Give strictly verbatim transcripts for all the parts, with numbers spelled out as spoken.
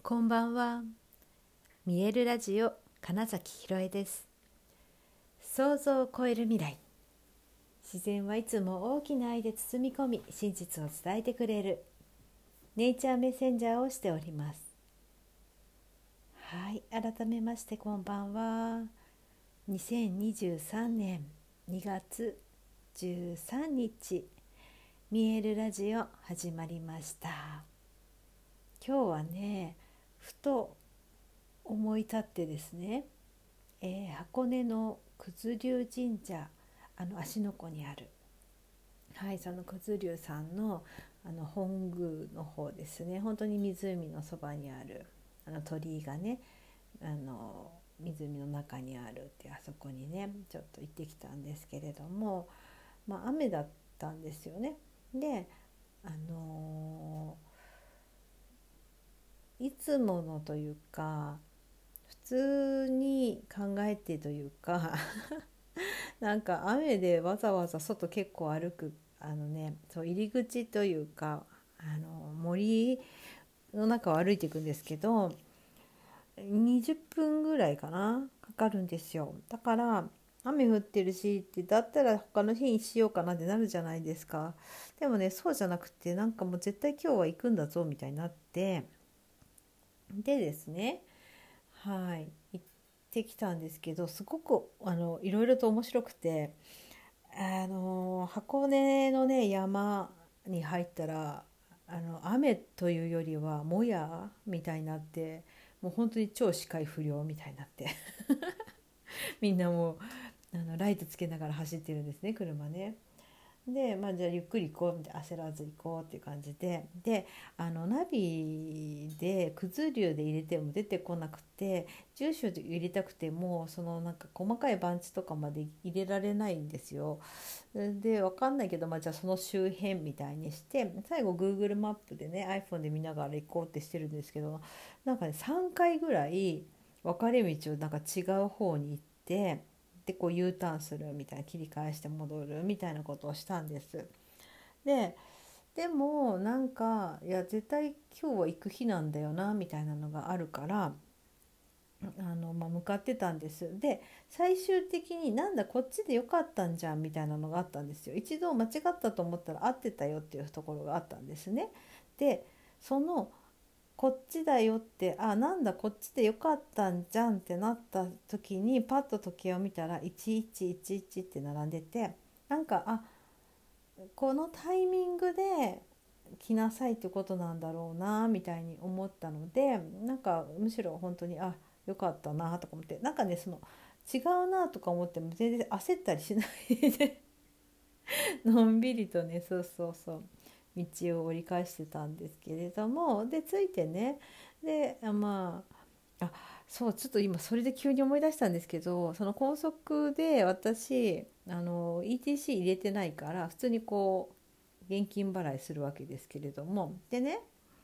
こんばんは。見えるラジオ金崎ひろえです。想像を超える未来。自然はいつも大きな愛で包み込み、真実を伝えてくれるネイチャーメッセンジャーをしております。はい、改めましてこんばんは。にせんにじゅうさんねんにがつじゅうさんにち、見えるラジオ始まりました。今日はね、ふと思い立ってですね、えー箱根の九頭龍神社、あの芦ノ湖にある、はい、その九頭龍さんのあの本宮の方ですね。本当に湖のそばにあるあの鳥居がね、あの湖の中にあるってあそこにねちょっと行ってきたんですけれども、まあ、雨だったんですよね。で、あのいつものというか普通に考えてというかなんか雨でわざわざ外結構歩く、あのね、そう入り口というか、あの森の中を歩いていくんですけど、にじゅっぷんぐらいかなかかるんですよ。だから雨降ってるしって、だったら他の日にしようかなってなるじゃないですか。でもね、そうじゃなくて、なんかもう絶対今日は行くんだぞみたいになって、でですね、はい行ってきたんですけど、すごくあのいろいろと面白くて、あの箱根のね山に入ったら、あの雨というよりはもやみたいになって、もう本当に超視界不良みたいになってみんなもうあのライトつけながら走ってるんですね、車ね。で、まあ、じゃあゆっくり行こうみたいな、焦らず行こうっていう感じで、であのナビで九頭竜で入れても出てこなくて、住所で入れたくてもそのなんか細かい番地とかまで入れられないんですよ。で分かんないけど、まあ、じゃあその周辺みたいにして、最後 Google マップでね iPhone で見ながら行こうってしてるんですけど、なんかねさんかいぐらい分かれ道をなんか違う方に行って、でこう U ターンするみたいな、切り返して戻るみたいなことをしたんです。ででもなんか、いや絶対今日は行く日なんだよなみたいなのがあるから、あの、まあ、向かってたんです。で最終的になんだこっちでよかったんじゃんみたいなのがあったんですよ。一度間違ったと思ったら合ってたよっていうところがあったんですね。でそのこっちだよって、あ、なんだこっちでよかったんじゃんってなった時に、パッと時計を見たらいちいちいちいちって並んでて、なんか、あ、このタイミングで来なさいってことなんだろうなみたいに思ったので、なんかむしろ本当に、あ、よかったなとか思って、なんかね、その違うなとか思っても全然焦ったりしないでのんびりとね、そうそうそう、道を折り返してたんですけれども、でついてね、でまあ、あ、そう、ちょっと今それで急に思い出したんですけど、その高速で私あの イーティーシー 入れてないから普通にこう現金払いするわけですけれども、でね、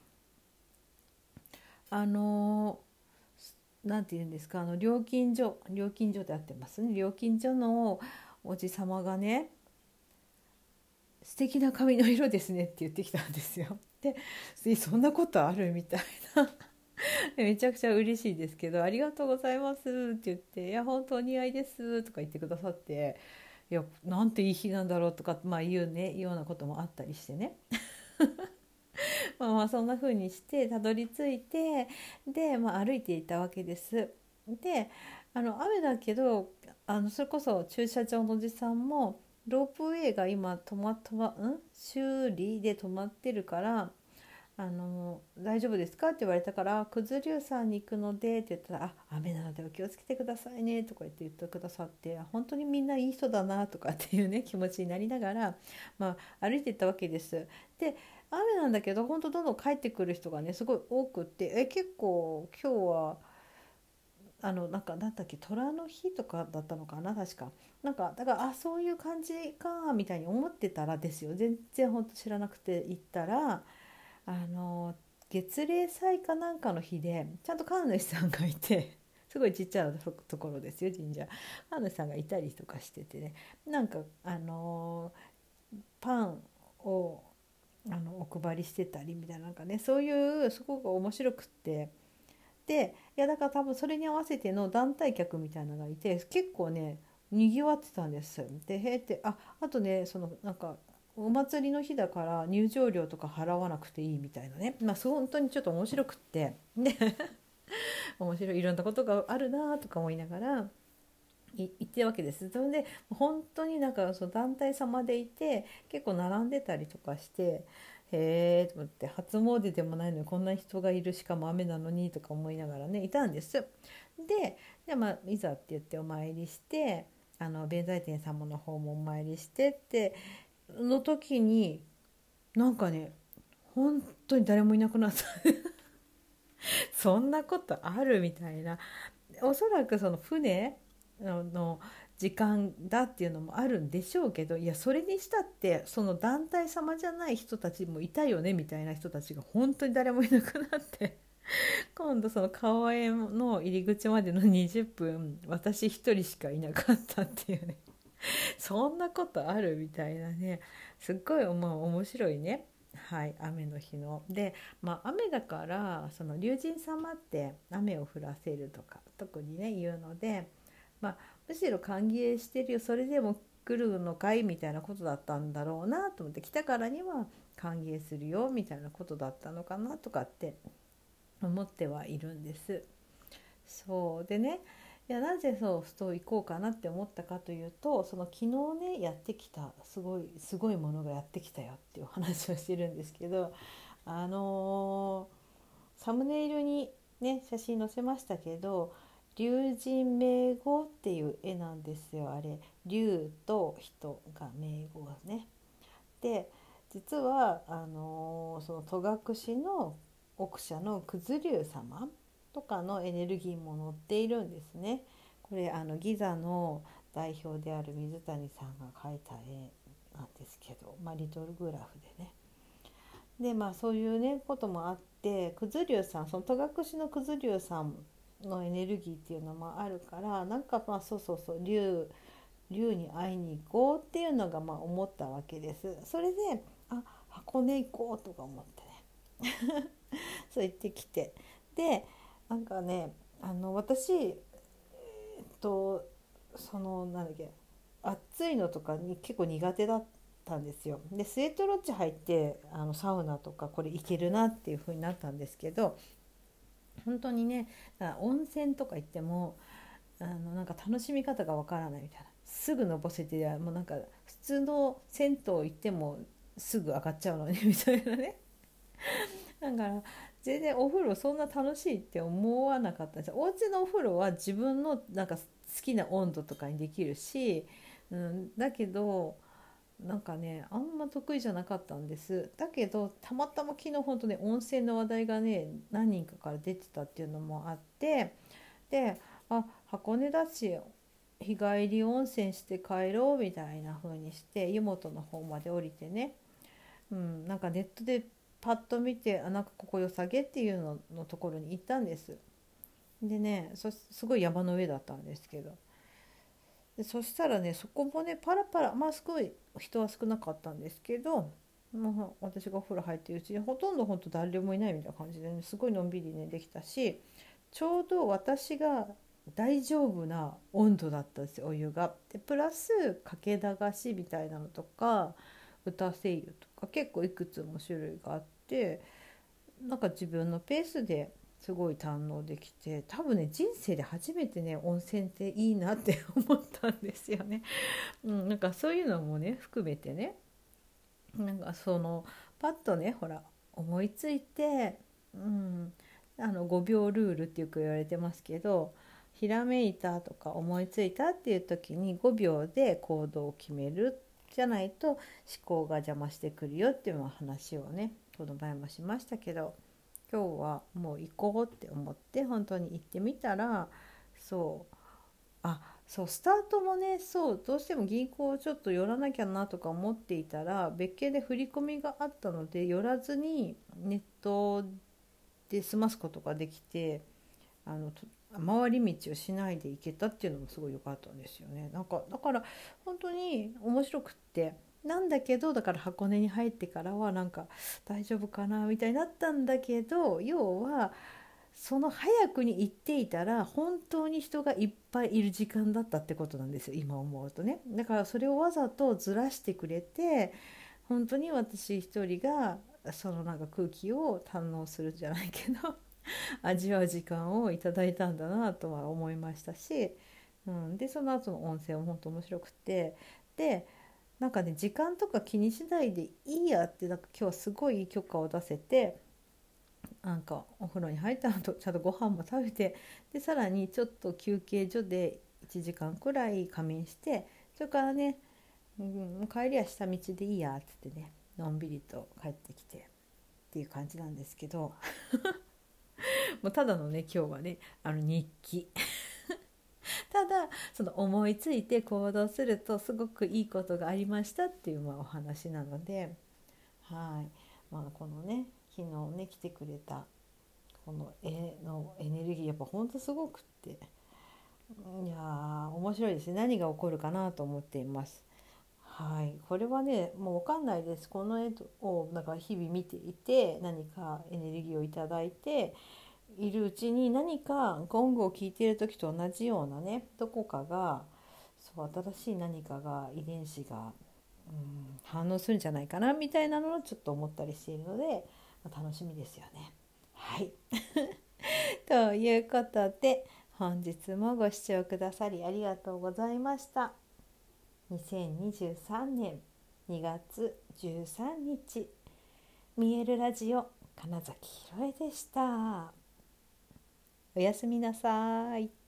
あのなんて言うんですか、あの料金所料金所で合ってますね、料金所のおじさまがね、素敵な髪の色ですねって言ってきたんですよ。で、えそんなことあるみたいなめちゃくちゃ嬉しいですけど、ありがとうございますって言って、いや本当お似合いですとか言ってくださって、いやなんていい日なんだろうとか、まあ言うねようなこともあったりしてねまあまあそんな風にしてたどり着いて、で、まあ、歩いていたわけです。で、あの雨だけど、あのそれこそ駐車場のおじさんも、ロープウェイが今止ま止まん修理で止まってるから、あの大丈夫ですかって言われたから、九頭龍さんに行くのでって言ったら、あ、雨なのでお気をつけてくださいねとか言って言ってくださって、本当にみんないい人だなとかっていうね気持ちになりながら、まあ、歩いていったわけです。で、雨なんだけど本当どんどん帰ってくる人がねすごい多くって、え結構今日はあのなんかなんだっけ、虎の日とかだったのかな確か。なんかだから、あ、そういう感じかみたいに思ってたらですよ、全然本当知らなくて行ったら、あの月例祭かなんかの日で、ちゃんと神主さんがいてすごいちっちゃなところですよ、神社。神主さんがいたりとかしててね、なんかあのパンをあのお配りしてたりみたいな、なんかね、そういうすごく面白くって、 でいやだから多分それに合わせての団体客みたいなのがいて結構ねにぎわってたんです。でへーってああとねそのなんかお祭りの日だから入場料とか払わなくていいみたいなね、まあそう本当にちょっと面白くってで面白いいろんなことがあるなとか思いながらい行ってるわけです。それで本当になんかその団体様でいて結構並んでたりとかしてへえと思って初詣でもないのにこんな人がいるしかも雨なのにとか思いながらねいたんです。で、でまあ、いざって言ってお参りしてあの弁財天様の方もお参りしてっての時になんかね本当に誰もいなくなったそんなことあるみたいな。おそらくその船の時間だっていうのもあるんでしょうけどいやそれにしたってその団体様じゃない人たちもいたよねみたいな人たちが本当に誰もいなくなって今度その川江の入り口までのにじゅっぷん私一人しかいなかったっていうねそんなことあるみたいなねすっごい、まあ、面白いね。はい、雨の日ので、まあ、雨だからその龍神様って雨を降らせるとか特にね言うので、まあ、むしろ歓迎してるよそれでも来るのかいみたいなことだったんだろうなと思って来たからには歓迎するよみたいなことだったのかなとかって思ってはいるんです。そうでねいやなぜそうそう行こうかなって思ったかというとその昨日ねやってきたすごいすごいものがやってきたよっていう話をしてるんですけどあのー、サムネイルにね写真載せましたけど龍神名号っていう絵なんですよ。あれ龍と人が名号ね。で実はあのー、その戸隠の奥社の九頭龍様とかのエネルギーも載っているんですね。これあのギザの代表である水谷さんが描いた絵なんですけど、まあ、リトルグラフでね。でまあそういうねこともあって九頭龍さんその戸隠の九頭龍さんのエネルギーっていうのもあるからなんかまあそうそうそう龍龍に会いに行こうっていうのがまあ思ったわけです。それであ箱根行こうとか思ってねそう言ってきてでなんかねあの私えっとそのなんだっけ暑いのとかに結構苦手だったんですよ。でスウェットロッジ入ってあのサウナとかこれいけるなっていう風になったんですけど本当にねだから温泉とか行ってもあのなんか楽しみ方がわからないみたいなすぐのぼせてもうなんか普通の銭湯行ってもすぐ上がっちゃうのねみたいなねだから全然お風呂そんな楽しいって思わなかったんですよ。お家のお風呂は自分のなんか好きな温度とかにできるし、うん、だけどなんかねあんま得意じゃなかったんです。だけどたまたま昨日本当ね温泉の話題がね何人かから出てたっていうのもあってであ箱根だし日帰り温泉して帰ろうみたいな風にして湯本の方まで降りてね、うん、なんかネットでパッと見てあなんかここ良さげっていうののところに行ったんです。でねそすごい山の上だったんですけどでそしたらねそこもねパラパラまあすごい人は少なかったんですけど、まあ、私がお風呂入ってるうちにほとんどほんと誰もいないみたいな感じでねすごいのんびりねできたしちょうど私が大丈夫な温度だったんですよお湯が。でプラスかけ流しみたいなのとか打せ湯とか結構いくつも種類があってなんか自分のペースですごい堪能できて多分ね人生で初めてね温泉っていいなって思ったんですよね。うん、なんかそういうのもね含めてねなんかそのパッとねほら思いついて、うん、あのごびょうルールってよく言われてますけどひらめいたとか思いついたっていう時にごびょうで行動を決めるじゃないと思考が邪魔してくるよっていう話をねこの前もしましたけど今日はもう行こうって思って本当に行ってみたらそうあそうスタートもねそうどうしても銀行をちょっと寄らなきゃなとか思っていたら別件で振り込みがあったので寄らずにネットで済ますことができてあの回り道をしないで行けたっていうのもすごい良かったんですよね。なんかだから本当に面白くってなんだけどだから箱根に入ってからはなんか大丈夫かなみたいになったんだけど要はその早くに行っていたら本当に人がいっぱいいる時間だったってことなんですよ、今思うとね。だからそれをわざとずらしてくれて、本当に私一人がそのなんか空気を堪能するじゃないけど味わう時間をいただいたんだなとは思いましたし、うん、でその後の音声も本当面白くて、でなんかね時間とか気にしないでいいやって、なんか今日はすごい許可を出せて、なんかお風呂に入った後ちゃんとご飯も食べて、でさらにちょっと休憩所でいちじかんくらい仮眠して、それからね、うん、帰りは下道でいいやっつってね、のんびりと帰ってきてっていう感じなんですけどもうただのね今日はねあの日記ただその思いついて行動するとすごくいいことがありましたっていうまあお話なので、はい、まあ、このね昨日ね来てくれたこの絵のエネルギーやっぱほんとすごくって、いやー面白いですね。何が起こるかなと思っています。はい、これはねもう分かんないです。この絵をなんか日々見ていて何かエネルギーをいただいているうちに、何かゴングを聞いている時と同じようなね、どこかがそう新しい何かが遺伝子が、うん、反応するんじゃないかなみたいなのをちょっと思ったりしているので、まあ、楽しみですよね。はいということで本日もご視聴くださりありがとうございました。にせんにじゅうさんねんにがつじゅうさんにち、見えるラジオ金崎ひろえでした。おやすみなさい。